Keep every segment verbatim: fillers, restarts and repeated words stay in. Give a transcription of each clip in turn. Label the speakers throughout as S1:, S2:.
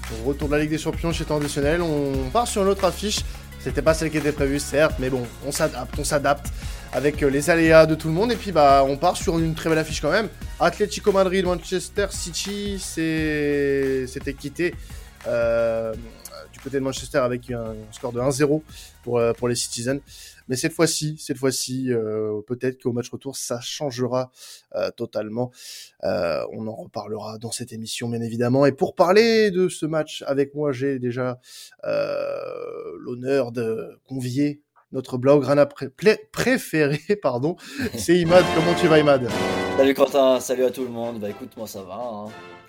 S1: Retour de la Ligue des Champions chez Traditionnel, on part sur une autre affiche. C'était pas celle qui était prévue, certes, mais bon, on s'adapte, on s'adapte avec les aléas de tout le monde. Et puis bah, on part sur une très belle affiche quand même. Atlético Madrid, Manchester City, c'est... c'était quitté euh, du côté de Manchester avec un score de un zéro pour, euh, pour les Citizens. Mais cette fois-ci, cette fois-ci, euh, peut-être qu'au match retour, ça changera euh, totalement. Euh, on en reparlera dans cette émission, bien évidemment. Et pour parler de ce match avec moi, j'ai déjà euh, l'honneur de convier notre blaugrana pré- pré- préféré, pardon. C'est Imad. Comment tu vas, Imad ?
S2: Salut Quentin, salut à tout le monde. Bah écoute, moi ça va. Hein.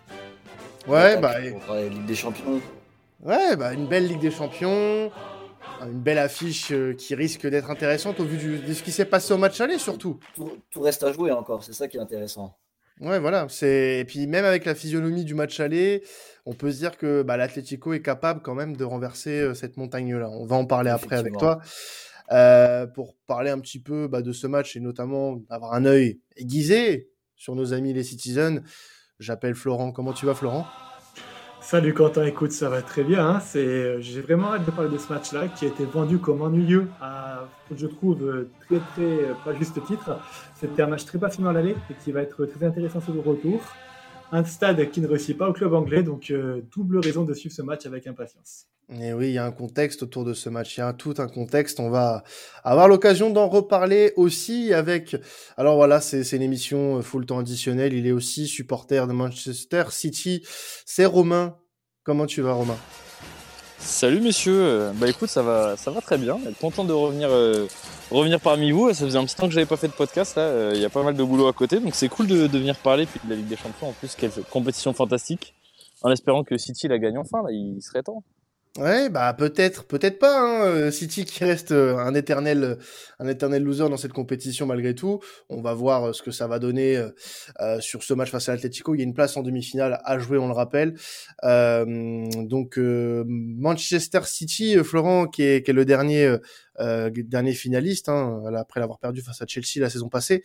S1: Ouais, bah,
S2: pour parler de la Ligue des Champions.
S1: Ouais, bah une belle Ligue des Champions. Une belle affiche euh, qui risque d'être intéressante au vu du, de ce qui s'est passé au match aller, surtout.
S2: Tout, tout reste à jouer encore, c'est ça qui est intéressant.
S1: Ouais, voilà. C'est... Et puis même avec la physionomie du match aller, on peut se dire que bah, l'Atlético est capable quand même de renverser euh, cette montagne-là. On va en parler après avec toi. Euh, pour parler un petit peu bah, de ce match et notamment avoir un œil aiguisé sur nos amis les Citizens, j'appelle Florent. Comment tu vas, Florent ?
S3: Salut Quentin, écoute, ça va très bien. Hein. C'est... J'ai vraiment hâte de parler de ce match-là qui a été vendu comme ennuyeux, à, je trouve, très très pas juste titre. C'était un match très passif à l'aller et qui va être très intéressant sur le retour. Un stade qui ne réussit pas au club anglais, donc euh, double raison de suivre ce match avec impatience.
S1: Et oui, il y a un contexte autour de ce match, il y a un, tout un contexte, on va avoir l'occasion d'en reparler aussi avec... Alors voilà, c'est, c'est une émission full temps additionnel, il est aussi supporter de Manchester City, c'est Romain. Comment tu vas, Romain ?
S4: Salut messieurs, bah écoute, ça va, ça va très bien, content de revenir, euh, revenir parmi vous, ça faisait un petit temps que j'avais pas fait de podcast, là, il euh, y a pas mal de boulot à côté, donc c'est cool de, de venir parler puis de la Ligue des Champions, en plus, quelle compétition fantastique, en espérant que City la gagne enfin, là, il serait temps.
S1: Ouais, bah peut-être, peut-être pas. Hein. City qui reste un éternel, un éternel loser dans cette compétition malgré tout. On va voir ce que ça va donner euh, sur ce match face à l'Atlético. Il y a une place en demi-finale à jouer, on le rappelle. Euh, donc euh, Manchester City, Florent, qui est, qui est le dernier, euh, dernier finaliste, hein, après l'avoir perdu face à Chelsea la saison passée.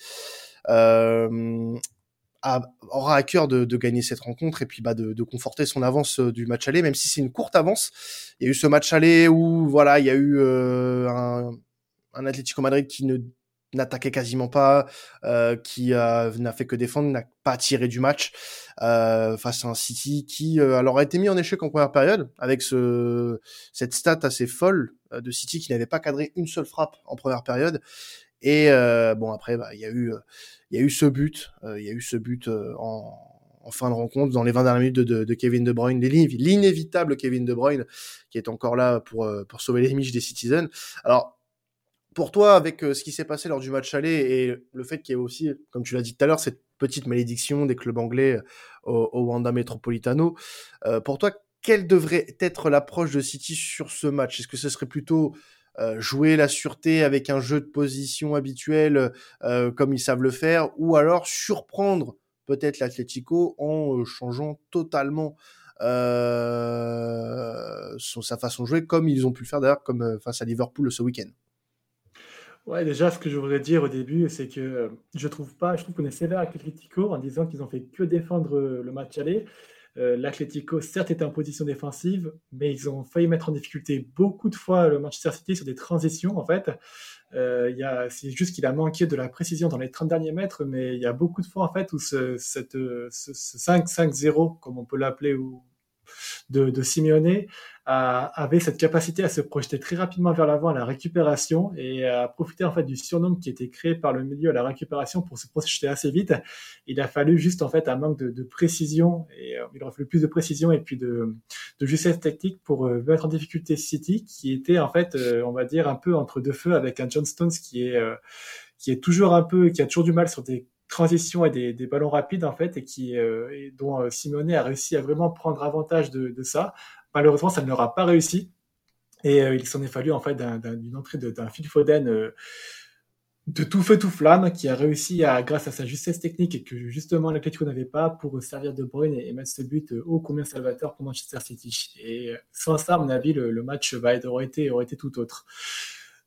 S1: Euh, A, aura à cœur de, de gagner cette rencontre et puis bah de, de conforter son avance euh, du match aller, même si c'est une courte avance. Il y a eu ce match aller où voilà, il y a eu euh, un, un Atlético Madrid qui ne n'attaquait quasiment pas, euh, qui euh, n'a fait que défendre, n'a pas tiré du match euh, face à un City qui euh, alors a été mis en échec en première période avec ce cette stat assez folle euh, de City qui n'avait pas cadré une seule frappe en première période. Et euh, bon après bah il y a eu il y a eu ce but euh, il y a eu ce but euh, en, en fin de rencontre dans les vingt dernières minutes de, de, de Kevin De Bruyne, l'inévitable Kevin De Bruyne qui est encore là pour pour sauver les miches des Citizens. Alors pour toi, avec euh, ce qui s'est passé lors du match aller et le fait qu'il y ait aussi, comme tu l'as dit tout à l'heure, cette petite malédiction des clubs anglais au, au Wanda Metropolitano, euh, pour toi, quelle devrait être l'approche de City sur ce match ? Est-ce que ce serait plutôt euh, jouer la sûreté avec un jeu de position habituel euh, comme ils savent le faire, ou alors surprendre peut-être l'Atlético en euh, changeant totalement euh, son, sa façon de jouer, comme ils ont pu le faire d'ailleurs comme euh, face à Liverpool ce week-end ?
S3: Ouais, déjà, ce que je voudrais dire au début, c'est que euh, je trouve pas, je trouve qu'on est sévère avec l'Atlético en disant qu'ils ont fait que défendre euh, le match aller. Euh, L'Atlético, certes, était en position défensive, mais ils ont failli mettre en difficulté beaucoup de fois le Manchester City sur des transitions, en fait. Euh, il y a, c'est juste qu'il a manqué de la précision dans les trente derniers mètres, mais il y a beaucoup de fois, en fait, où ce, cette, ce, ce cinq cinq zéro, comme on peut l'appeler, ou de, de Simeone a, avait cette capacité à se projeter très rapidement vers l'avant à la récupération et à profiter en fait du surnombre qui était créé par le milieu à la récupération pour se projeter assez vite. Il a fallu juste en fait un manque de, de précision et euh, il aurait fallu plus de précision et puis de, de justesse tactique pour euh, mettre en difficulté City qui était en fait euh, on va dire un peu entre deux feux avec un John Stones qui est euh, qui est toujours un peu qui a toujours du mal sur des transition et des, des ballons rapides en fait et qui euh, et dont euh, Simeone a réussi à vraiment prendre avantage de, de ça. Malheureusement, ça ne leur a pas réussi et euh, il s'en est fallu en fait d'un, d'un, d'une entrée de, d'un Phil Foden euh, de tout feu tout flamme qui a réussi à grâce à sa justesse technique et que justement l'Atlético n'avait pas pour servir De Bruyne et, et mettre ce but euh, ô combien salvateur pour Manchester City. Et euh, sans ça, à mon avis, le, le match va être, aurait été aurait été tout autre.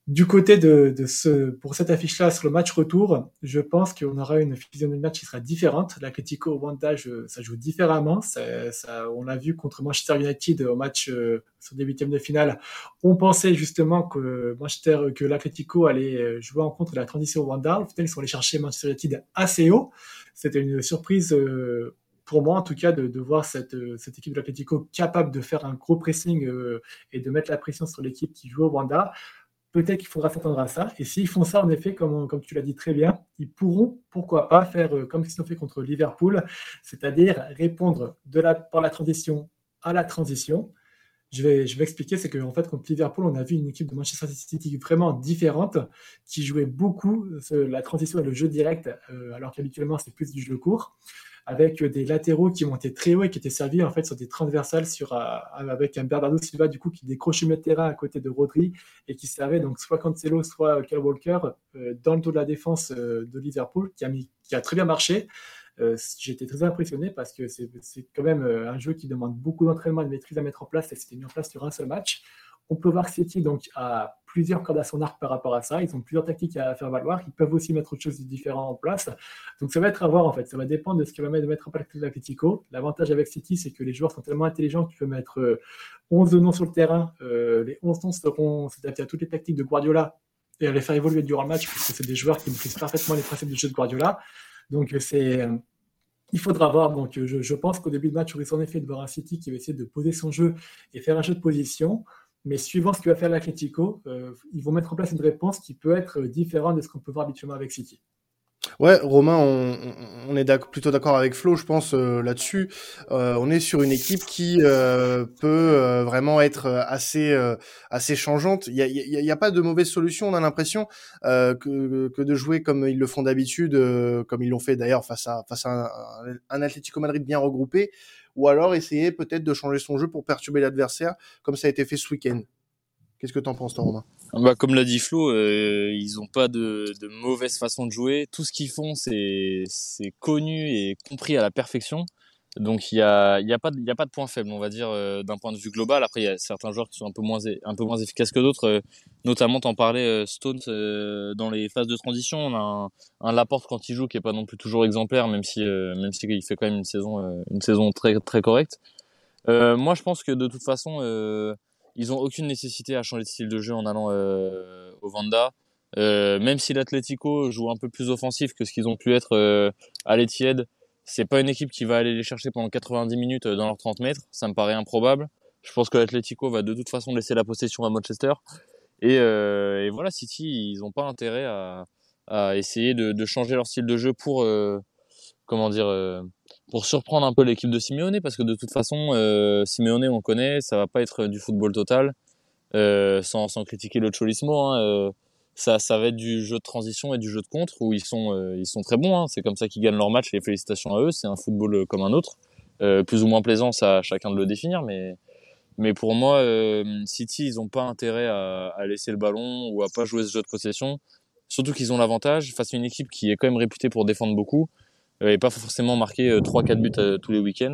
S3: Du côté de, de ce, pour cette affiche-là, sur le match retour, je pense qu'on aura une physionomie de match qui sera différente. L'Atlético au Wanda, je- ça joue différemment. Ça, ça- on l'a vu contre Manchester United au match euh, sur des huitièmes de finale. On pensait justement que Manchester, que l'Atlético allait euh, jouer en contre de la transition au Wanda. Au final, ils sont allés chercher Manchester United assez haut. C'était une surprise euh, pour moi, en tout cas, de, de voir cette, euh, cette équipe de l'Atlético capable de faire un gros pressing euh, et de mettre la pression sur l'équipe qui joue au Wanda. Peut-être qu'il faudra s'attendre à ça. Et s'ils font ça, en effet, comme, comme tu l'as dit très bien, ils pourront, pourquoi pas, faire euh, comme ils ont fait contre Liverpool, c'est-à-dire répondre de la, par la transition à la transition. Je vais, je vais expliquer, c'est qu'en fait, contre Liverpool, on a vu une équipe de Manchester City vraiment différente, qui jouait beaucoup euh, la transition et le jeu direct, euh, alors qu'habituellement, c'est plus du jeu court, avec des latéraux qui montaient très haut et qui étaient servis en fait sur des transversales sur, euh, avec un Bernardo Silva du coup qui décrochait le terrain à côté de Rodri et qui servait donc soit Cancelo soit Kyle Walker euh, dans le dos de la défense euh, de Liverpool qui a, mis, qui a très bien marché. Euh, j'ai été très impressionné parce que c'est, c'est quand même euh, un jeu qui demande beaucoup d'entraînement et de maîtrise à mettre en place et c'était mis en place sur un seul match. On peut voir que City donc, a plusieurs cordes à son arc par rapport à ça. Ils ont plusieurs tactiques à faire valoir. Ils peuvent aussi mettre autre chose de différent en place. Donc ça va être à voir en fait. Ça va dépendre de ce qu'il va mettre, de mettre en place l'Atlético. L'avantage avec City, c'est que les joueurs sont tellement intelligents qu'ils peuvent mettre euh, onze noms sur le terrain. Euh, les onze noms seront s'adaptés à toutes les tactiques de Guardiola et à les faire évoluer durant le match parce que c'est des joueurs qui maîtrisent parfaitement les principes du jeu de Guardiola. Donc c'est... Euh, il faudra voir. Donc, je, je pense qu'au début de match, on risque en effet de voir un City qui va essayer de poser son jeu et faire un jeu de position. Mais suivant ce que va faire l'Atlético, euh, ils vont mettre en place une réponse qui peut être différente de ce qu'on peut voir habituellement avec City.
S1: Ouais, Romain, on, on est d'ac- plutôt d'accord avec Flo, je pense, euh, là-dessus. Euh, on est sur une équipe qui euh, peut euh, vraiment être euh, assez euh, assez changeante. Il y a, il y, a, il y a pas de mauvaise solution, on a l'impression euh, que, que de jouer comme ils le font d'habitude, euh, comme ils l'ont fait d'ailleurs face à face à un, un Atlético Madrid bien regroupé, ou alors essayer peut-être de changer son jeu pour perturber l'adversaire, comme ça a été fait ce week-end. Qu'est-ce que t'en penses, toi, Romain?
S4: Bah, comme l'a dit Flo, euh, ils ont pas de, de mauvaise façon de jouer. Tout ce qu'ils font, c'est, c'est connu et compris à la perfection. Donc il y a, il y a pas, de- il y a pas de point faible, on va dire, euh, d'un point de vue global. Après, il y a certains joueurs qui sont un peu moins, un peu moins efficaces que d'autres. euh, notamment, t'en parlais, euh, Stones, euh, dans les phases de transition. On a un, un Laporte quand il joue qui est pas non plus toujours exemplaire, même si, euh, même si il fait quand même une saison, euh, une saison très, très correcte. Euh, moi, je pense que de toute façon, euh, ils ont aucune nécessité à changer de style de jeu en allant euh, au Vanda. Euh, même si l'Atlético joue un peu plus offensif que ce qu'ils ont pu être euh, à l'Etihad, c'est pas une équipe qui va aller les chercher pendant quatre-vingt-dix minutes dans leurs trente mètres. Ça me paraît improbable. Je pense que l'Atlético va de toute façon laisser la possession à Manchester. Et, euh, et voilà, City, ils ont pas intérêt à, à essayer de, de changer leur style de jeu pour euh, comment dire, euh, pour surprendre un peu l'équipe de Simeone, parce que de toute façon, euh, Simeone, on connaît, ça va pas être du football total, euh, sans, sans critiquer le Cholismo, hein, euh, ça, ça va être du jeu de transition et du jeu de contre, où ils sont, euh, ils sont très bons, hein, c'est comme ça qu'ils gagnent leur match, et félicitations à eux, c'est un football euh, comme un autre, euh, plus ou moins plaisant, ça à chacun de le définir, mais, mais pour moi, euh, City, ils ont pas intérêt à, à laisser le ballon ou à pas jouer ce jeu de possession, surtout qu'ils ont l'avantage face à une équipe qui est quand même réputée pour défendre beaucoup, euh, et pas forcément marquer euh, trois quatre buts euh, tous les week-ends.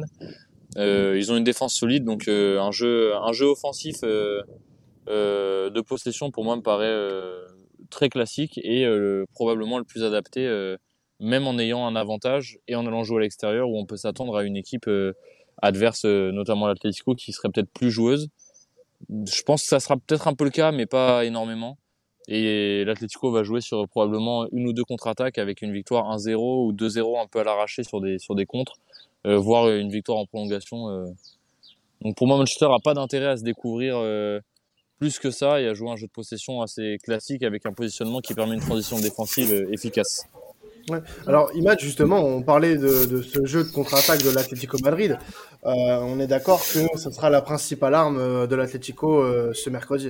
S4: Euh, ils ont une défense solide, donc euh, un jeu un jeu offensif euh, euh, de possession pour moi me paraît euh, très classique et euh, probablement le plus adapté, euh, même en ayant un avantage et en allant jouer à l'extérieur où on peut s'attendre à une équipe euh, adverse, euh, notamment l'Atlético, qui serait peut-être plus joueuse. Je pense que ça sera peut-être un peu le cas, mais pas énormément. Et l'Atlético va jouer sur probablement une ou deux contre-attaques avec une victoire un zéro ou deux zéro un peu à l'arraché sur des, sur des contres, euh, voire une victoire en prolongation. Euh. Donc pour moi, Manchester n'a pas d'intérêt à se découvrir euh, plus que ça et à jouer un jeu de possession assez classique avec un positionnement qui permet une transition défensive euh, efficace.
S1: Ouais. Alors, Imad, justement, on parlait de, de ce jeu de contre-attaque de l'Atlético Madrid. Euh, on est d'accord que ce sera la principale arme euh, de l'Atlético euh, ce mercredi.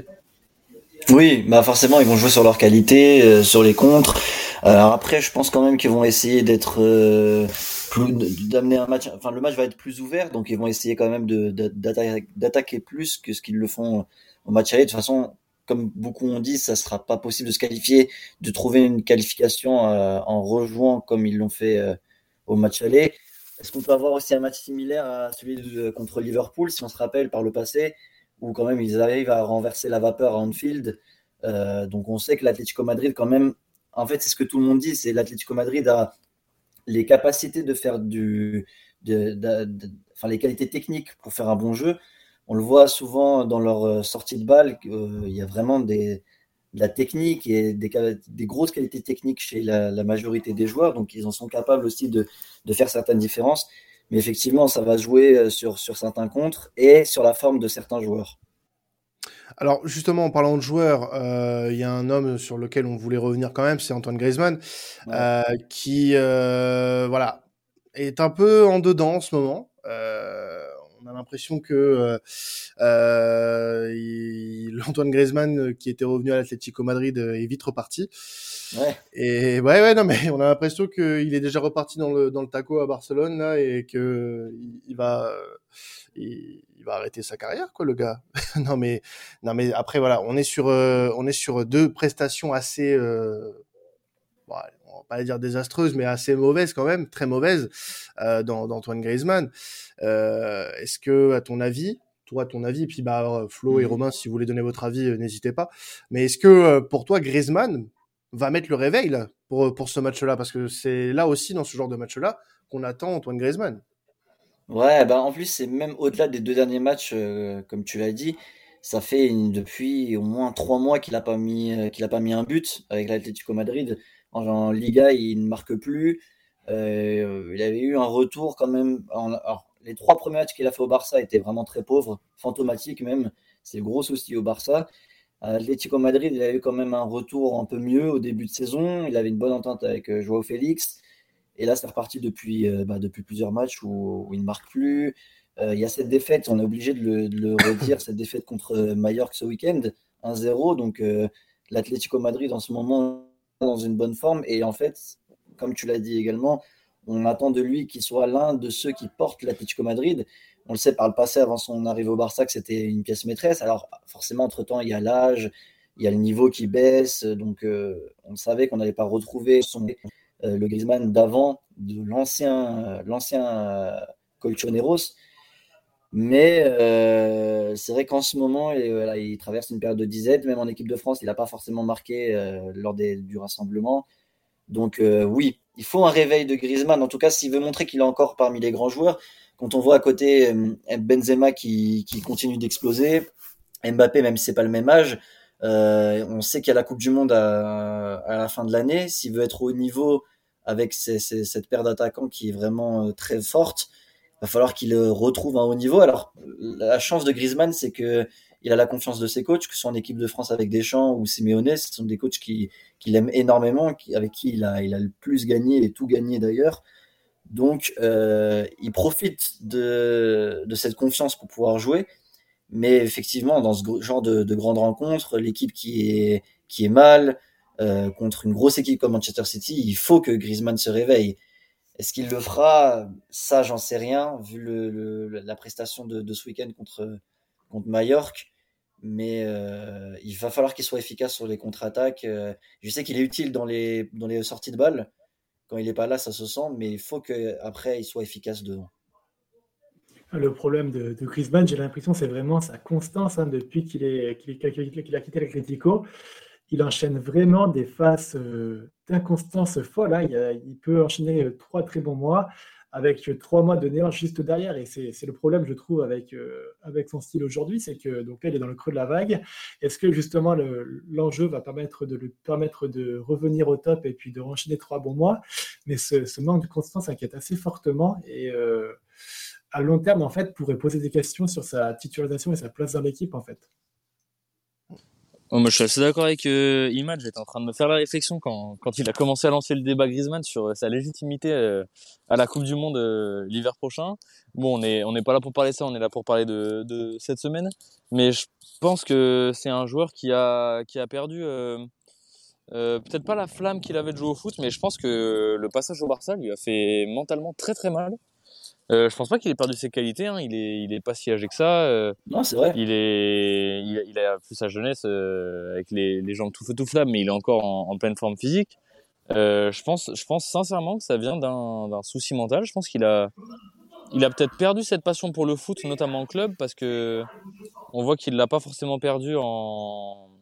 S2: Oui, bah forcément, ils vont jouer sur leur qualité, euh, sur les contres. Euh, Alors après, je pense quand même qu'ils vont essayer d'être euh, plus, d'amener un match. Enfin, le match va être plus ouvert, donc ils vont essayer quand même de, de- d'attaquer, d'attaquer plus que ce qu'ils le font au match aller. De toute façon, comme beaucoup ont dit, ça sera pas possible de se qualifier, de trouver une qualification euh, en rejouant comme ils l'ont fait euh, au match aller. Est-ce qu'on peut avoir aussi un match similaire à celui de, contre Liverpool, si on se rappelle par le passé, où quand même ils arrivent à renverser la vapeur à Anfield? Euh, donc on sait que l'Atlético Madrid quand même, en fait c'est ce que tout le monde dit, c'est l'Atlético Madrid a les capacités de faire du, de, de, de, enfin les qualités techniques pour faire un bon jeu. On le voit souvent dans leur sortie de balle, euh, il y a vraiment des, de la technique et des, des grosses qualités techniques chez la, la majorité des joueurs, donc ils en sont capables aussi de, de faire certaines différences. Mais effectivement, ça va jouer sur, sur certains contres et sur la forme de certains joueurs.
S1: Alors justement, en parlant de joueurs, euh, il y a un homme sur lequel on voulait revenir quand même, c'est Antoine Griezmann,
S2: Ouais.
S1: euh, qui euh, voilà est un peu en dedans en ce moment. Euh, on a l'impression que euh, il, Antoine Griezmann, qui était revenu à l'Atlético Madrid, est vite reparti.
S2: Ouais.
S1: Et ouais, ouais, non, mais on a l'impression qu'il est déjà reparti dans le dans le taco à Barcelone là, et que il, il va il, il va arrêter sa carrière, quoi, le gars. non mais non mais après voilà, on est sur euh, on est sur deux prestations assez euh, bon, on va pas dire désastreuses, mais assez mauvaises quand même, très mauvaises euh, dans d'Antoine Griezmann. Euh, est-ce que, à ton avis, toi, à ton avis, puis bah Flo et Romain, si vous voulez donner votre avis, euh, n'hésitez pas. Mais est-ce que euh, pour toi, Griezmann va mettre le réveil là pour pour ce match-là, parce que c'est là aussi dans ce genre de match-là qu'on attend Antoine Griezmann.
S2: Ouais, bah en plus c'est même au-delà des deux derniers matchs, euh, comme tu l'as dit, ça fait une- depuis au moins trois mois qu'il a pas mis euh, qu'il a pas mis un but avec l'Atlético Madrid. En, en Liga, il ne marque plus. Euh, il avait eu un retour quand même. En- alors, les trois premiers matchs qu'il a fait au Barça étaient vraiment très pauvres, fantomatiques même. C'est le gros souci au Barça. À l'Atlético Madrid, il a eu quand même un retour un peu mieux au début de saison. Il avait une bonne entente avec euh, Joao Félix. Et là, c'est reparti depuis, euh, bah, depuis plusieurs matchs où, où il ne marque plus. Euh, il y a cette défaite, on est obligé de le, de le redire, cette défaite contre Mallorca ce week-end, un zéro. Donc, euh, l'Atlético Madrid en ce moment est dans une bonne forme. Et en fait, comme tu l'as dit également, on attend de lui qu'il soit l'un de ceux qui portent l'Atlético Madrid. On le sait par le passé, avant son arrivée au Barça, que c'était une pièce maîtresse. Alors, forcément, entre-temps, il y a l'âge, il y a le niveau qui baisse. Donc, euh, on savait qu'on n'allait pas retrouver son euh, le Griezmann d'avant, de l'ancien, euh, l'ancien euh, Colchoneros. Mais euh, c'est vrai qu'en ce moment, il, voilà, il traverse une période de disette. Même en équipe de France, il n'a pas forcément marqué euh, lors des, du rassemblement. Donc euh, oui, il faut un réveil de Griezmann. En tout cas, s'il veut montrer qu'il est encore parmi les grands joueurs. Quand on voit à côté euh, Benzema qui, qui continue d'exploser, Mbappé, même si c'est pas le même âge, euh, on sait qu'il y a la Coupe du Monde à, à la fin de l'année. S'il veut être au niveau avec ces, ces, cette paire d'attaquants qui est vraiment euh, très forte, il va falloir qu'il euh, retrouve un haut niveau. Alors, la chance de Griezmann, c'est que il a la confiance de ses coachs, que ce soit en équipe de France avec Deschamps ou Simeone. Ce sont des coachs qui, qui l'aiment énormément, qui, avec qui il a, il a le plus gagné et tout gagné d'ailleurs. Donc, euh, il profite de, de cette confiance pour pouvoir jouer. Mais effectivement, dans ce genre de, de grandes rencontres, l'équipe qui est, qui est mal, euh, contre une grosse équipe comme Manchester City, il faut que Griezmann se réveille. Est-ce qu'il le fera? Ça, j'en sais rien, vu le, le, la prestation de, de ce week-end contre, contre Mallorca. Mais euh, il va falloir qu'il soit efficace sur les contre-attaques. Euh, je sais qu'il est utile dans les, dans les sorties de balles. Quand il n'est pas là, ça se sent, mais il faut qu'après, il soit efficace devant.
S3: Le problème de, de Griezmann, j'ai l'impression, c'est vraiment sa constance hein, depuis qu'il est, qu'il est, qu'il a quitté l'Atlético. Il enchaîne vraiment des phases euh, d'inconstance folle. Hein. Il, a, il peut enchaîner euh, trois très bons mois avec euh, trois mois de néant juste derrière. Et c'est, c'est le problème, je trouve, avec, euh, avec son style aujourd'hui. C'est que donc là, il est dans le creux de la vague. Est-ce que justement le, l'enjeu va permettre de lui permettre de revenir au top et puis de enchaîner trois bons mois? Mais ce, ce manque de constance inquiète assez fortement. Et euh, à long terme, en fait, pourrait poser des questions sur sa titularisation et sa place dans l'équipe, en fait.
S4: Oh, moi, je suis assez d'accord avec euh, Imad. J'étais en train de me faire la réflexion quand, quand il a commencé à lancer le débat Griezmann sur euh, sa légitimité euh, à la Coupe du Monde euh, l'hiver prochain. Bon, on est on n'est pas là pour parler de ça, on est là pour parler de, de cette semaine. Mais je pense que c'est un joueur qui a qui a perdu euh, euh, peut-être pas la flamme qu'il avait de jouer au foot, mais je pense que le passage au Barça lui a fait mentalement très très mal. Euh, je pense pas qu'il ait perdu ses qualités. Hein. Il est il est pas si âgé que ça. Euh,
S2: Non, c'est vrai.
S4: il est, il, il a plus sa jeunesse euh, avec les, les jambes tout feu tout flamme, mais il est encore en, en pleine forme physique. Euh, je pense, je pense sincèrement que ça vient d'un, d'un souci mental. Je pense qu'il a, il a peut-être perdu cette passion pour le foot, notamment en club, parce que on voit qu'il l'a pas forcément perdu en,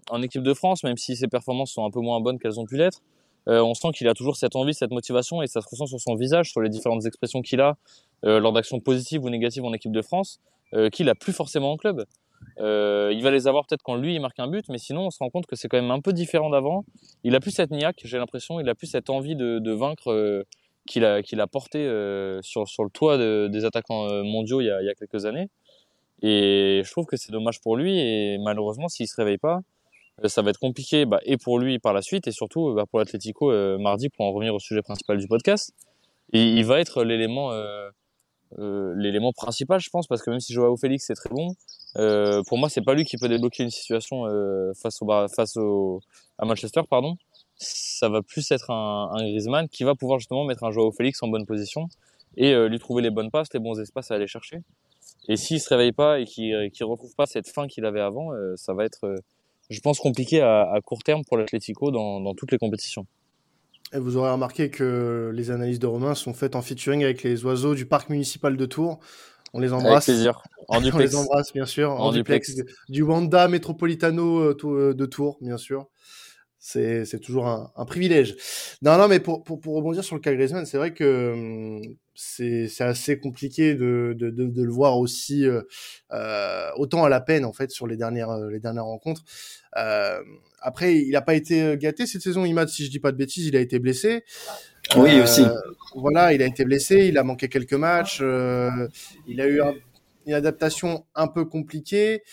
S4: en équipe de France, même si ses performances sont un peu moins bonnes qu'elles ont pu l'être, euh, on sent qu'il a toujours cette envie, cette motivation, et ça se ressent sur son visage, sur les différentes expressions qu'il a euh, lors d'actions positives ou négatives en équipe de France, euh, qu'il a plus forcément en club. Euh, il va les avoir peut-être quand lui il marque un but, mais sinon on se rend compte que c'est quand même un peu différent d'avant. Il a plus cette niaque, j'ai l'impression, il a plus cette envie de, de vaincre euh, qu'il a, qu'il a porté euh, sur, sur le toit de, des attaquants euh, mondiaux il y, a, il y a quelques années. Et je trouve que c'est dommage pour lui, et malheureusement s'il se réveille pas, euh, ça va être compliqué bah, et pour lui par la suite, et surtout bah, pour l'Atlético euh, mardi, pour en revenir au sujet principal du podcast. Et il va être l'élément euh, euh, l'élément principal, je pense, parce que même si Joao Félix est très bon, euh, pour moi c'est pas lui qui peut débloquer une situation euh, face au face au à Manchester, pardon. Ça va plus être un, un Griezmann qui va pouvoir justement mettre un Joao Félix en bonne position et euh, lui trouver les bonnes passes, les bons espaces à aller chercher. Et s'il se réveille pas et qu'il euh, qu'il retrouve pas cette fin qu'il avait avant, euh, ça va être, euh, je pense, compliqué à, à court terme pour l'Atlético dans, dans toutes les compétitions.
S1: Et vous aurez remarqué que les analyses de Romain sont faites en featuring avec les oiseaux du parc municipal de Tours. On les embrasse.
S4: Avec plaisir. En duplex.
S1: On les embrasse, bien sûr. En, en duplex. duplex. Du Wanda Metropolitano de Tours, bien sûr. C'est, c'est toujours un, un privilège. Non, non, mais pour, pour, pour rebondir sur le cas Griezmann, c'est vrai que hum, c'est, c'est assez compliqué de, de, de, de le voir aussi euh, euh, autant à la peine en fait sur les dernières, les dernières rencontres. Euh, après, il n'a pas été gâté cette saison. Imad, si je dis pas de bêtises, il a été blessé.
S2: Oui, euh, aussi.
S1: Voilà, il a été blessé, il a manqué quelques matchs, euh, il a eu un, une adaptation un peu compliquée.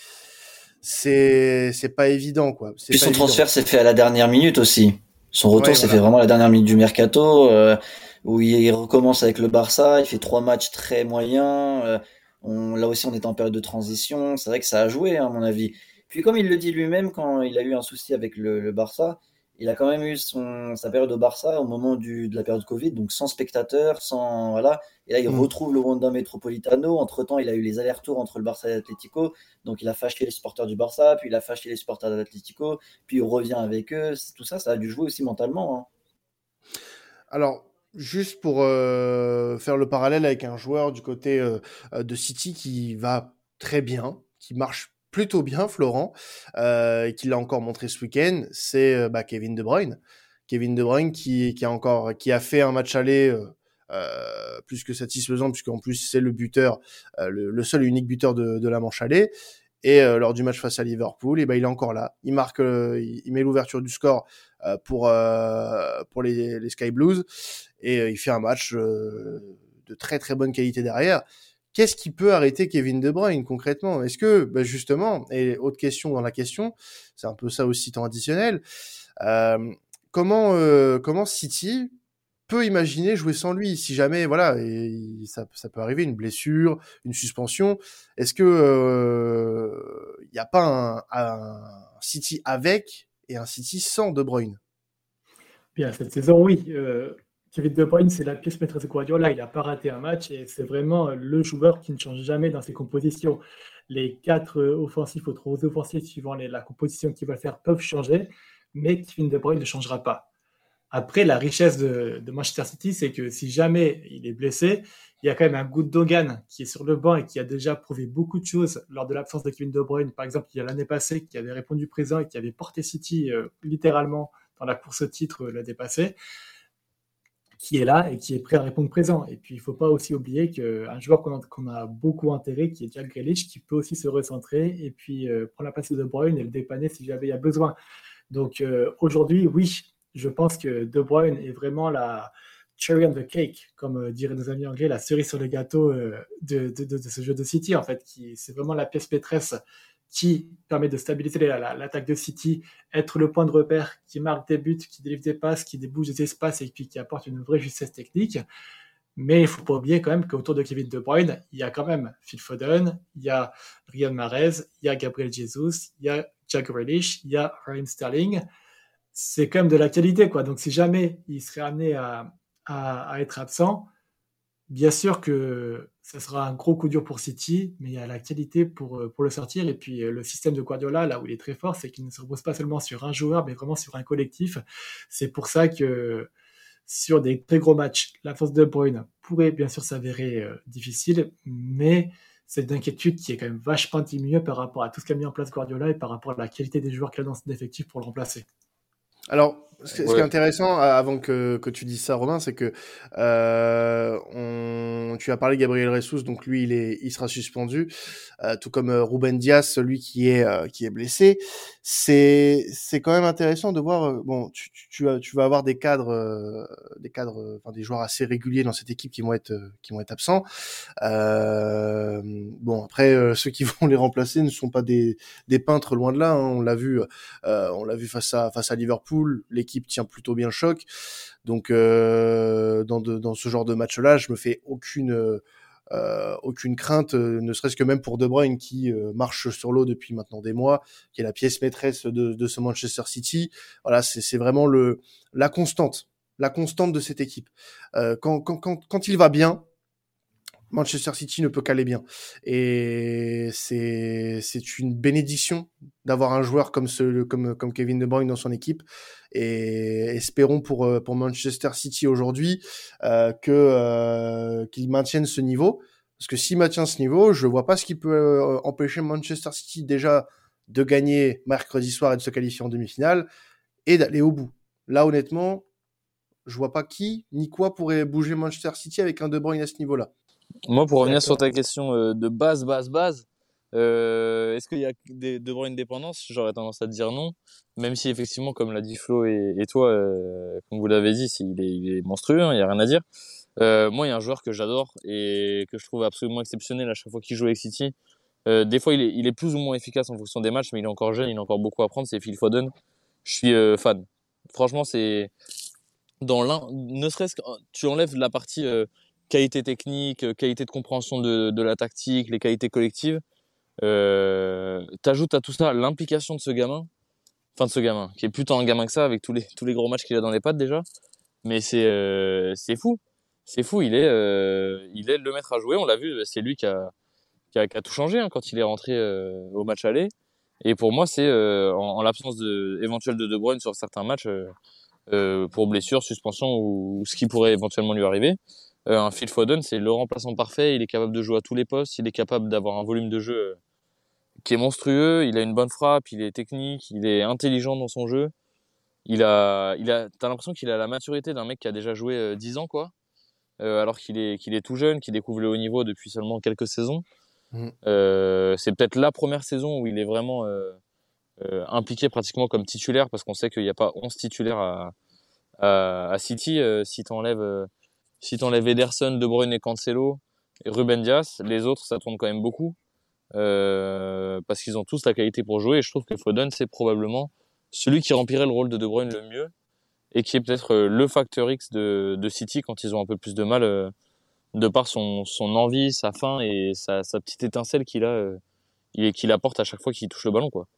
S1: C'est c'est pas évident quoi. C'est
S2: Puis
S1: pas
S2: son
S1: évident.
S2: transfert s'est fait à la dernière minute aussi. Son retour
S1: Ouais,
S2: s'est
S1: voilà.
S2: fait vraiment à la dernière minute du mercato, euh, où il recommence avec le Barça. Il fait trois matchs très moyens. Euh, on, là aussi, on est en période de transition. C'est vrai que ça a joué, hein, à mon avis. Puis comme il le dit lui-même, quand il a eu un souci avec le, le Barça, il a quand même eu son, sa période au Barça au moment du, de la période Covid, donc sans spectateurs, sans voilà. Et là, il mmh. retrouve le Wanda Metropolitano. Entre-temps, il a eu les allers-retours entre le Barça et l'Atlético, donc il a fâché les supporters du Barça, puis il a fâché les supporters de l'Atlético, puis il revient avec eux. Tout ça, ça a dû jouer aussi mentalement, hein.
S1: Alors, juste pour euh, faire le parallèle avec un joueur du côté euh, de City qui va très bien, qui marche plutôt bien, Florent, euh, et qui l'a encore montré ce week-end, c'est euh, bah, Kevin De Bruyne. Kevin De Bruyne qui, qui a encore, qui a fait un match aller euh, euh, plus que satisfaisant, puisqu'en plus c'est le buteur, euh, le, le seul et unique buteur de, de la manche aller. Et euh, lors du match face à Liverpool, et ben il est encore là. Il marque, euh, il, il met l'ouverture du score euh, pour euh, pour les, les Sky Blues, et euh, il fait un match euh, de très très bonne qualité derrière. Qu'est-ce qui peut arrêter Kevin De Bruyne concrètement ? Est-ce que, ben justement, et autre question dans la question, c'est un peu ça aussi temps additionnel. Euh, comment euh, comment City peut imaginer jouer sans lui si jamais voilà et ça ça peut arriver une blessure, une suspension. Est-ce que il euh, y a pas un, un City avec et un City sans De Bruyne ?
S3: Bien cette saison oui. Euh... Kevin De Bruyne, c'est la pièce maîtresse de Guardiola. Il n'a pas raté un match et c'est vraiment le joueur qui ne change jamais dans ses compositions. Les quatre offensifs ou trois offensifs suivant les, la composition qu'il va faire peuvent changer, mais Kevin De Bruyne ne changera pas. Après, la richesse de, de Manchester City, c'est que si jamais il est blessé, il y a quand même un Gundogan qui est sur le banc et qui a déjà prouvé beaucoup de choses lors de l'absence de Kevin De Bruyne. Par exemple, il y a l'année passée, qui avait répondu présent et qui avait porté City euh, littéralement dans la course au titre euh, l'année passée, qui est là et qui est prêt à répondre présent. Et puis, il ne faut pas aussi oublier qu'un joueur qu'on a, qu'on a beaucoup enterré, qui est Jack Grealish, qui peut aussi se recentrer et puis euh, prendre la place de De Bruyne et le dépanner si jamais il y a besoin. Donc, euh, aujourd'hui, oui, je pense que De Bruyne est vraiment la cherry on the cake, comme euh, diraient nos amis anglais, la cerise sur le gâteau euh, de, de, de, de ce jeu de City, en fait. Qui, c'est vraiment la pièce maîtresse qui permet de stabiliser la, la, l'attaque de City, être le point de repère, qui marque des buts, qui délivre des passes, qui débouche des espaces et puis qui apporte une vraie justesse technique. Mais il ne faut pas oublier quand même qu'autour de Kevin De Bruyne, il y a quand même Phil Foden, il y a Riyad Mahrez, il y a Gabriel Jesus, il y a Jack Grealish, il y a Raheem Sterling. C'est quand même de la qualité, quoi. Donc, si jamais il serait amené à, à, à être absent, bien sûr que ça sera un gros coup dur pour City, mais il y a la qualité pour, pour le sortir. Et puis, le système de Guardiola, là où il est très fort, c'est qu'il ne se repose pas seulement sur un joueur, mais vraiment sur un collectif. C'est pour ça que sur des très gros matchs, l'absence de De Bruyne pourrait bien sûr s'avérer euh, difficile, mais c'est une inquiétude qui est quand même vachement diminuée par rapport à tout ce qu'a mis en place Guardiola et par rapport à la qualité des joueurs qu'il a dans son effectif pour le remplacer.
S1: Alors, ce ce qui est
S4: Ouais.
S1: intéressant, a- avant que, que tu dises ça, Romain, c'est que euh, on, tu as parlé de Gabriel Jesus, donc lui, il est, il sera suspendu, euh, tout comme euh, Ruben Dias, celui qui est, euh, qui est blessé. C'est, c'est quand même intéressant de voir. euh, Bon, tu, tu, tu vas, tu vas avoir des cadres, euh, des cadres, euh, enfin des joueurs assez réguliers dans cette équipe qui vont être, euh, qui vont être absents. Euh, bon, après, euh, ceux qui vont les remplacer ne sont pas des, des peintres, loin de là. Hein, on l'a vu. Euh, on l'a vu face à face à Liverpool, l'équipe tient plutôt bien le choc. Donc euh, dans de, dans ce genre de match-là, je me fais aucune euh, aucune crainte, euh, ne serait-ce que même pour De Bruyne qui euh, marche sur l'eau depuis maintenant des mois, qui est la pièce maîtresse de, de ce Manchester City. Voilà, c'est c'est vraiment le la constante, la constante de cette équipe. Euh, quand quand quand quand il va bien, Manchester City ne peut qu'aller bien. Et c'est, c'est une bénédiction d'avoir un joueur comme ce, comme, comme Kevin De Bruyne dans son équipe. Et espérons pour, euh, pour Manchester City aujourd'hui, euh, que, euh, qu'il maintienne ce niveau. Parce que s'il maintient ce niveau, je vois pas ce qui peut euh, empêcher Manchester City déjà de gagner mercredi soir et de se qualifier en demi-finale et d'aller au bout. Là, honnêtement, je vois pas qui ni quoi pourrait bouger Manchester City avec un De Bruyne à ce niveau-là.
S4: Moi, pour revenir sur
S3: D'accord.
S4: ta question euh, de base, base, base, euh, est-ce qu'il y a des De Bruyne dépendance? J'aurais tendance à te dire non, même si effectivement, comme l'a dit Flo et, et toi, euh, comme vous l'avez dit, c'est- il est, il est monstrueux, hein, il y a rien à dire. Euh, moi, il y a un joueur que j'adore et que je trouve absolument exceptionnel à chaque fois qu'il joue avec City. Euh, des fois, il est, il est plus ou moins efficace en fonction des matchs, mais il est encore jeune, il a encore beaucoup à apprendre. C'est Phil Foden. Je suis euh, fan. Franchement, c'est dans l'un, ne serait-ce que tu enlèves la partie euh, qualité technique, euh, qualité de compréhension de, de la tactique, les qualités collectives. Euh, t'ajoutes à tout ça l'implication de ce gamin, enfin de ce gamin, qui est plutôt un gamin que ça, avec tous les tous les gros matchs qu'il a dans les pattes déjà. Mais c'est euh, c'est fou, c'est fou. Il est euh, il est le maître à jouer. On l'a vu, c'est lui qui a qui a, qui a tout changé hein, quand il est rentré euh, au match aller. Et pour moi, c'est euh, en, en l'absence de éventuelle de De Bruyne sur certains matchs. Euh, euh, pour blessure, suspension ou, ou ce qui pourrait éventuellement lui arriver. Euh, un Phil Foden, c'est le remplaçant parfait. Il est capable de jouer à tous les postes. Il est capable d'avoir un volume de jeu euh, qui est monstrueux. Il a une bonne frappe. Il est technique. Il est intelligent dans son jeu. Il a, il a, t'as l'impression qu'il a la maturité d'un mec qui a déjà joué euh, dix ans, quoi. Euh, alors qu'il est, qu'il est tout jeune, qu'il découvre le haut niveau depuis seulement quelques saisons.
S1: Mmh.
S4: Euh, c'est peut-être la première saison où il est vraiment euh, euh, impliqué pratiquement comme titulaire parce qu'on sait qu'il n'y a pas onze titulaires à, à, à City. Euh, si t'enlèves euh, si t'enlèves Ederson, De Bruyne et Cancelo et Ruben Dias, les autres ça tourne quand même beaucoup euh, parce qu'ils ont tous la qualité pour jouer. Et je trouve que Foden c'est probablement celui qui remplirait le rôle de De Bruyne le mieux et qui est peut-être euh, le facteur X de, de City quand ils ont un peu plus de mal euh, de par son, son envie, sa faim et sa, sa petite étincelle qu'il a, euh, il- qu'il apporte à chaque fois qu'il touche le ballon, quoi.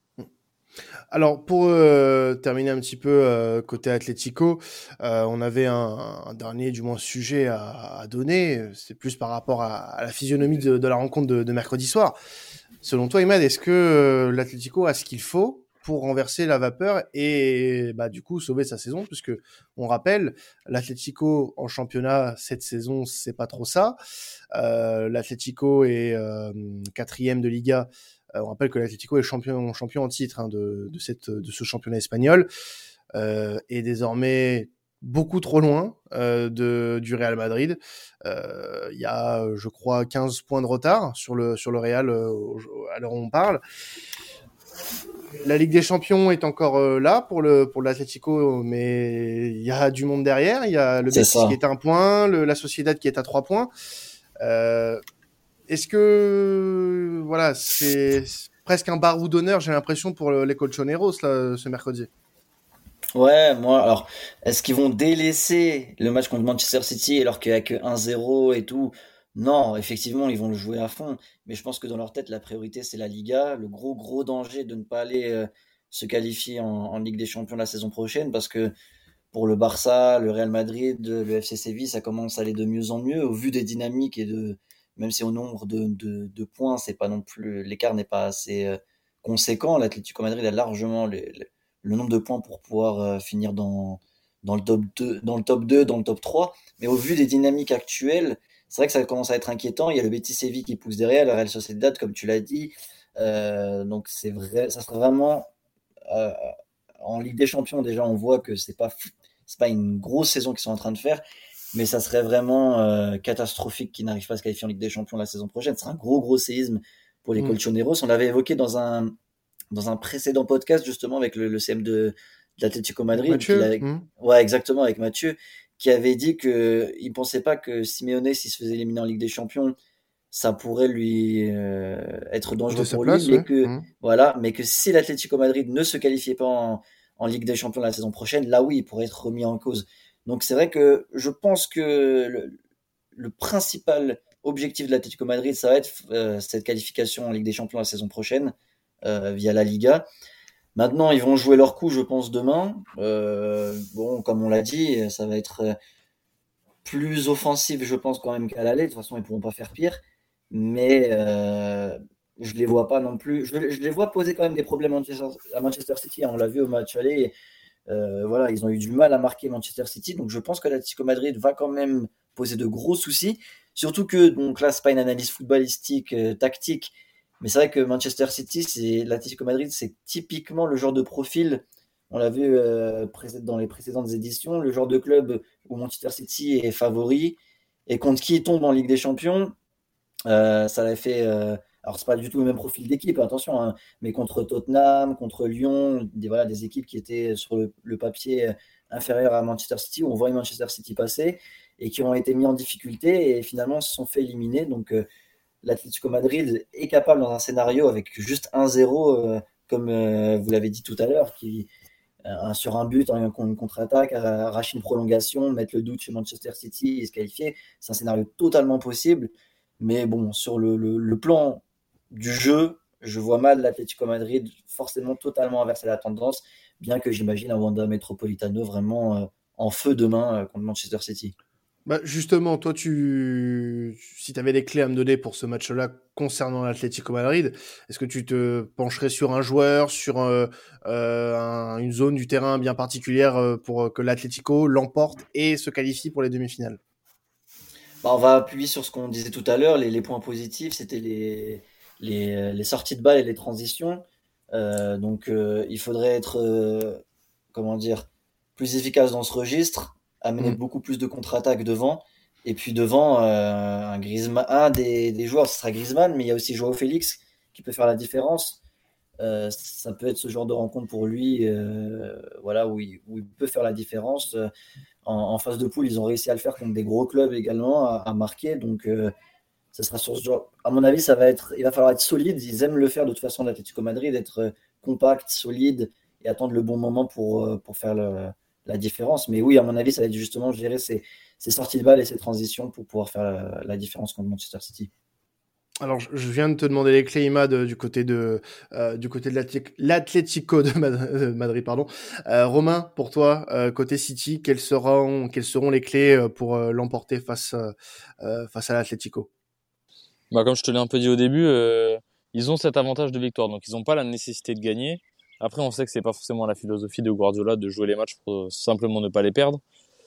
S1: Alors pour euh, terminer un petit peu euh, côté Atlético, euh, on avait un, un dernier du moins sujet à, à donner. C'est plus par rapport à, à la physionomie de, de la rencontre de, de mercredi soir. Selon toi, Imad, est-ce que euh, l'Atlético a ce qu'il faut pour renverser la vapeur et bah du coup sauver sa saison, puisque on rappelle l'Atlético en championnat cette saison c'est pas trop ça. Euh, L'Atlético est euh, quatrième de Liga. Euh, on rappelle que l'Atlético est champion, champion en titre hein, de, de, cette, de ce championnat espagnol euh, et désormais beaucoup trop loin euh, de, du Real Madrid. Euh, Il y a, je crois, quinze points de retard sur le, sur le Real euh, à l'heure où on parle. La Ligue des Champions est encore euh, là pour le pour l'Atlético, mais il y a du monde derrière. Il y a le
S2: C'est
S1: Betis
S2: ça.
S1: qui est à un point, le, la Sociedad qui est à trois points. Euh, Est-ce que voilà, c'est presque un baroud d'honneur, j'ai l'impression pour le- les Colchoneros là, ce mercredi.
S2: Ouais, moi, alors, est-ce qu'ils vont délaisser le match contre Manchester City alors qu'il n'y a que un zéro et tout? Non, effectivement, ils vont le jouer à fond. Mais je pense que dans leur tête, la priorité, c'est la Liga. Le gros, gros danger de ne pas aller euh, se qualifier en, en Ligue des Champions la saison prochaine parce que pour le Barça, le Real Madrid, le F C Séville, ça commence à aller de mieux en mieux au vu des dynamiques et de, même si au nombre de, de, de points, c'est pas non plus, l'écart n'est pas assez euh, conséquent. L'Atlético Madrid a largement les, les- le nombre de points pour pouvoir euh, finir dans, dans le top deux, dans le top deux, dans le top trois. Mais au vu des dynamiques actuelles, c'est vrai que ça commence à être inquiétant. Il y a le Betis Séville qui pousse derrière, le Real Sociedad, comme tu l'as dit. Euh, donc c'est vrai, ça sera vraiment euh, en Ligue des Champions. Déjà, on voit que c'est pas c'est pas une grosse saison qu'ils sont en train de faire, mais ça serait vraiment euh, catastrophique qu'ils n'arrivent pas à se qualifier en Ligue des Champions la saison prochaine. Ce sera un gros gros séisme pour les
S1: Mm.
S2: Colchoneros. On l'avait évoqué dans un dans un précédent podcast justement avec le, le C M de, de l'Atlético Madrid.
S1: Mathieu
S2: Avait,
S1: mm.
S2: Ouais, exactement, avec Mathieu, qui avait dit que il pensait pas que Simeone, s'il se faisait éliminer en Ligue des Champions, ça pourrait lui euh, être dangereux
S1: De sa
S2: pour
S1: place,
S2: lui, mais
S1: ouais.
S2: que
S1: Mm.
S2: voilà, mais que si l'Atlético Madrid ne se qualifiait pas en, en Ligue des Champions la saison prochaine, là oui, il pourrait être remis en cause. Donc c'est vrai que je pense que le, le principal objectif de l'Atlético Madrid, ça va être euh, cette qualification en Ligue des Champions la saison prochaine euh, via la Liga. Maintenant, ils vont jouer leur coup, je pense, demain. Euh, bon, comme on l'a dit, ça va être plus offensif, je pense, quand même qu'à l'aller. De toute façon, ils pourront pas faire pire. Mais euh, je les vois pas non plus. Je, je les vois poser quand même des problèmes à Manchester, à Manchester City. On l'a vu au match aller. Euh, voilà, ils ont eu du mal à marquer Manchester City. Donc, je pense que l'Atlético Madrid va quand même poser de gros soucis. Surtout que, donc là, c'est pas une analyse footballistique, euh, tactique. Mais c'est vrai que Manchester City, c'est l'Atlético Madrid, c'est typiquement le genre de profil. On l'a vu euh, dans les précédentes éditions, le genre de club où Manchester City est favori et contre qui il tombe en Ligue des Champions. Euh, ça l'a fait. Euh, alors c'est pas du tout le même profil d'équipe, attention, hein, mais contre Tottenham, contre Lyon, des voilà des équipes qui étaient sur le, le papier inférieur à Manchester City, où on voyait Manchester City passer et qui ont été mis en difficulté et finalement se sont fait éliminer. Donc euh, l'Atlético Madrid est capable dans un scénario avec juste un zéro, euh, comme euh, vous l'avez dit tout à l'heure, qui euh, sur un but, une contre-attaque, arracher une prolongation, mettre le doute chez Manchester City et se qualifier. C'est un scénario totalement possible. Mais bon, sur le, le, le plan du jeu, je vois mal l'Atlético Madrid forcément totalement inverser la tendance, bien que j'imagine un Wanda Metropolitano vraiment euh, en feu demain euh, contre Manchester City.
S1: Bah justement, toi, tu, si tu avais des clés à me donner pour ce match-là concernant l'Atlético Madrid, est-ce que tu te pencherais sur un joueur, sur euh, euh, un, une zone du terrain bien particulière pour que l'Atlético l'emporte et se qualifie pour les demi-finales?
S2: Bah, on va appuyer sur ce qu'on disait tout à l'heure. Les, les points positifs, c'était les, les, les sorties de balles et les transitions. Euh, donc, euh, il faudrait être, euh, comment dire, plus efficace dans ce registre, amener
S1: Mm.
S2: beaucoup plus de contre-attaques devant. Et puis devant, euh, un, Griezmann, un des, des joueurs, ce sera Griezmann, mais il y a aussi Joao Félix qui peut faire la différence. Euh, ça peut être ce genre de rencontre pour lui, euh, voilà, où il, où il peut faire la différence. Euh, en, en phase de poule, ils ont réussi à le faire contre des gros clubs également, à, à marquer. Donc, euh, ça sera sur ce genre. À mon avis, ça va être, il va falloir être solide. Ils aiment le faire de toute façon, l'Atlético Madrid, être euh, compact, solide et attendre le bon moment pour, euh, pour faire le, la différence. Mais oui, à mon avis, ça va être justement gérer ces, ces sorties de balles et ces transitions pour pouvoir faire la, la différence contre Manchester City.
S1: Alors, je viens de te demander les clés, Imad, du côté de euh, du côté de l'Atlético de Madrid, pardon. Euh, Romain, pour toi, euh, côté City, quelles seront quelles seront les clés pour euh, l'emporter face euh, face à l'Atlético?
S4: Bah, comme je te l'ai un peu dit au début, euh, ils ont cet avantage de victoire, donc ils n'ont pas la nécessité de gagner. Après, on sait que c'est pas forcément la philosophie de Guardiola de jouer les matchs pour simplement ne pas les perdre.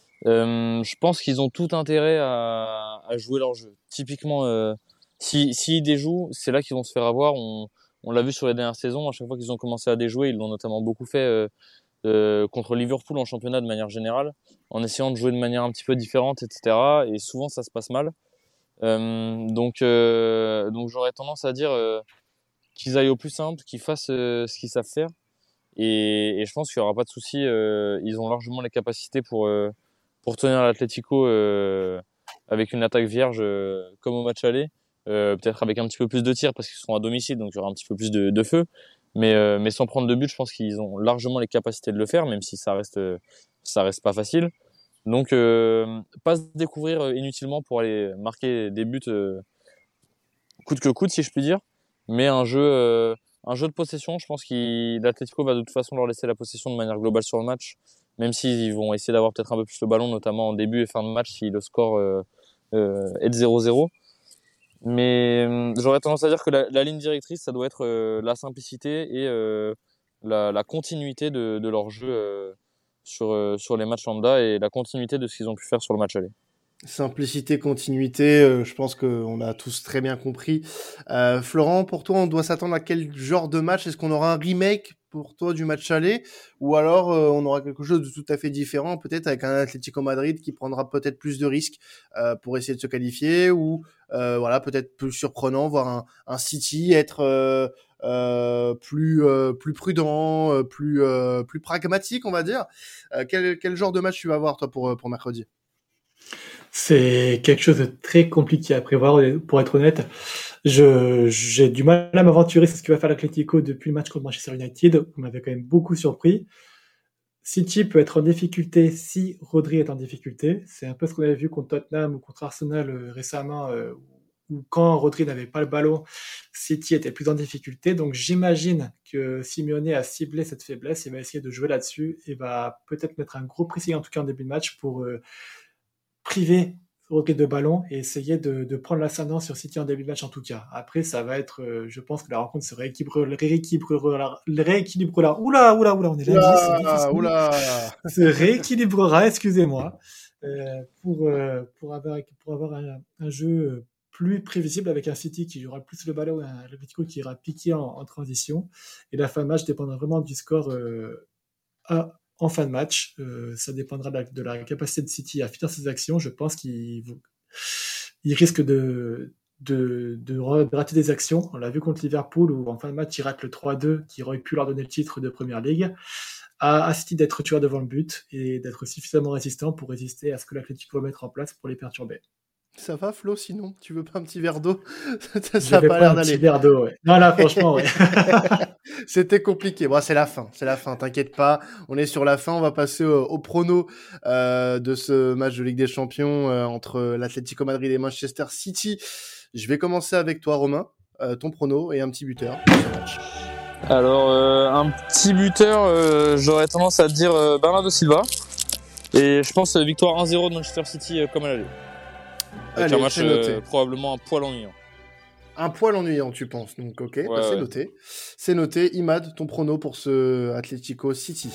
S4: Euh, je pense qu'ils ont tout intérêt à, à jouer leur jeu. Typiquement, euh, si s'ils déjouent, c'est là qu'ils vont se faire avoir. On, on l'a vu sur les dernières saisons. À chaque fois qu'ils ont commencé à déjouer, ils l'ont notamment beaucoup fait euh, euh, contre Liverpool en championnat de manière générale, en essayant de jouer de manière un petit peu différente, et cetera. Et souvent, ça se passe mal. Euh, donc, euh, donc j'aurais tendance à dire euh, qu'ils aillent au plus simple, qu'ils fassent euh, ce qu'ils savent faire. Et, et je pense qu'il y aura pas de souci. Euh, ils ont largement les capacités pour euh, pour tenir l'Atlético euh, avec une attaque vierge euh, comme au match aller. Euh, peut-être avec un petit peu plus de tirs parce qu'ils sont à domicile, donc il y aura un petit peu plus de, de feu. Mais euh, mais sans prendre de but, je pense qu'ils ont largement les capacités de le faire, même si ça reste euh, ça reste pas facile. Donc euh, pas se découvrir euh, inutilement pour aller marquer des buts euh, coûte que coûte, si je puis dire. Mais un jeu euh, un jeu de possession, je pense que l'Atlético va de toute façon leur laisser la possession de manière globale sur le match, même s'ils vont essayer d'avoir peut-être un peu plus le ballon, notamment en début et fin de match si le score euh, euh, est de zéro zéro. Mais euh, j'aurais tendance à dire que la, la ligne directrice, ça doit être euh, la simplicité et euh, la, la continuité de, de leur jeu euh, sur, euh, sur les matchs lambda et la continuité de ce qu'ils ont pu faire sur le match aller.
S1: Simplicité, continuité, euh, je pense qu'on a tous très bien compris. Euh, Florent, pour toi, on doit s'attendre à quel genre de match? Est-ce qu'on aura un remake pour toi du match aller? Ou alors euh, on aura quelque chose de tout à fait différent, peut-être avec un Atlético Madrid qui prendra peut-être plus de risques euh, pour essayer de se qualifier, ou euh, voilà, peut-être plus surprenant, voir un, un City être euh, euh, plus euh, plus prudent, euh, plus euh, plus pragmatique, on va dire. Euh, quel, quel genre de match tu vas voir toi pour, pour mercredi?
S3: C'est quelque chose de très compliqué à prévoir, pour être honnête. Je, j'ai du mal à m'aventurer sur ce que va faire l'Atlético depuis le match contre Manchester United. On m'avait quand même beaucoup surpris. City peut être en difficulté si Rodri est en difficulté. C'est un peu ce qu'on avait vu contre Tottenham ou contre Arsenal euh, récemment, euh, où quand Rodri n'avait pas le ballon, City était plus en difficulté. Donc j'imagine que Simeone a ciblé cette faiblesse et va essayer de jouer là-dessus et va peut-être mettre un gros pressing en tout cas en début de match pour euh, priver Rodri de ballon et essayer de, de prendre l'ascendant sur City en début de match en tout cas. Après, ça va être, euh, je pense que la rencontre se rééquilibrera, rééquilibrera, rééquilibrera. Oula, oula, oula, on est lundi, c'est difficile.
S1: Oula.
S3: Se rééquilibrera, excusez-moi, euh, pour, euh, pour avoir, pour avoir un, un jeu plus prévisible avec un City qui aura plus le ballon, un Atlético qui ira piquer en, en transition. Et la fin de match dépendra vraiment du score euh, à en fin de match. Euh, ça dépendra de la, de la capacité de City à finir ses actions. Je pense qu'il il risque de, de, de rater des actions. On l'a vu contre Liverpool où en fin de match, il rate le trois deux qui aurait pu leur donner le titre de Première Ligue. À, à City d'être tueur devant le but et d'être suffisamment résistant pour résister à ce que l'Atlético va mettre en place pour les perturber.
S1: Ça va, Flo, sinon? Tu veux pas un petit verre d'eau?
S3: Ça, ça a pas l'air d'aller. Un petit verre d'eau, ouais. Non, là, franchement, ouais.
S1: C'était compliqué. Bon, c'est la fin, c'est la fin, t'inquiète pas. On est sur la fin, on va passer au, au prono euh, de ce match de Ligue des Champions euh, entre l'Atlético Madrid et Manchester City. Je vais commencer avec toi, Romain. Euh, ton prono et un petit buteur pour ce match.
S4: Alors, euh, un petit buteur, euh, j'aurais tendance à te dire euh, Bernardo Silva. Et je pense euh, victoire un zéro de Manchester City euh, comme à l'aller. Avec
S1: Allez,
S4: un match euh, probablement un poil ennuyant.
S1: Un poil ennuyant, tu penses. Donc, ok, ouais, bah, c'est ouais. noté. C'est noté. Imad, ton prono pour ce Atlético City?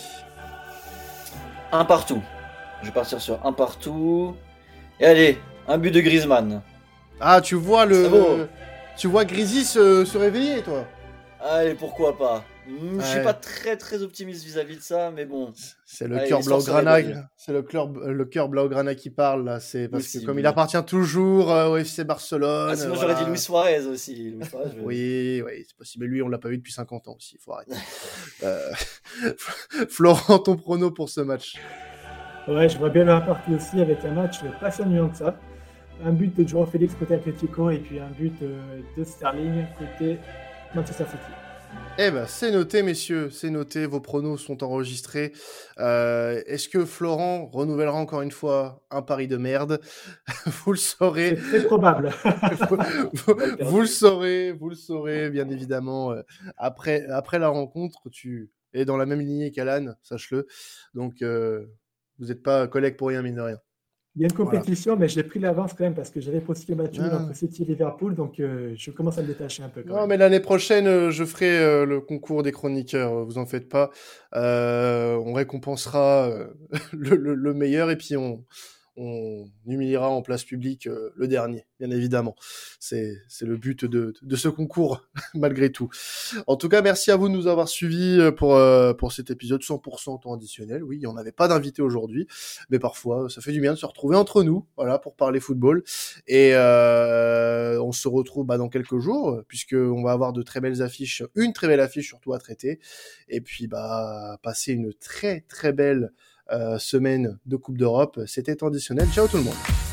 S2: Un partout. Je vais partir sur un partout. Et allez, un but de Griezmann.
S1: Ah, tu vois le... Tu vois Grisi se, se réveiller, toi?
S2: Allez, pourquoi pas. Mmh, ouais. Je suis pas très très optimiste vis-à-vis de ça, mais bon.
S1: C'est le cœur blaugrana, c'est le cœur le cœur blaugrana qui parle là. C'est parce aussi, que comme oui. il appartient toujours euh, au F C Barcelone.
S2: Ah, sinon
S1: voilà.
S2: j'aurais dit Luis Suarez aussi. Luis Suarez, je...
S1: oui, oui, c'est possible. Mais lui, on l'a pas vu depuis cinquante ans aussi. Il faut arrêter. euh... Florent, ton prono pour ce match?
S3: Ouais, je vois bien la partie aussi avec un match pas si ennuyant que ça. Un but de Joao Félix côté Atlético et puis un but euh, de Sterling côté Manchester City.
S1: Eh ben, c'est noté, messieurs, c'est noté, vos pronos sont enregistrés. Euh, est-ce que Florent renouvellera encore une fois un pari de merde? Vous le saurez.
S3: C'est très probable.
S1: vous, vous, vous le saurez, vous le saurez, bien évidemment. Euh, après, après la rencontre, tu es dans la même lignée qu'Alan, sache-le. Donc, euh, vous n'êtes pas collègues pour rien, mine de rien.
S3: Il y a une compétition, voilà. Mais j'ai pris l'avance quand même parce que j'avais pronostiqué le match nul entre City et Liverpool, donc euh, je commence à me détacher un peu. Quand
S1: non,
S3: même.
S1: mais l'année prochaine, euh, je ferai euh, le concours des chroniqueurs, vous en faites pas. Euh, on récompensera euh, le, le, le meilleur et puis on, on humiliera en place publique euh, le dernier, bien évidemment. C'est, c'est le but de, de ce concours, malgré tout. En tout cas, merci à vous de nous avoir suivis pour, euh, pour cet épisode cent pour cent temps additionnel. Oui, on n'avait pas d'invité aujourd'hui, mais parfois, ça fait du bien de se retrouver entre nous, voilà, pour parler football. Et euh, on se retrouve bah, dans quelques jours, puisqu'on va avoir de très belles affiches, une très belle affiche surtout à traiter. Et puis, bah, passer une très, très belle Euh, semaine de Coupe d'Europe. C'était additionnel. Ciao tout le monde.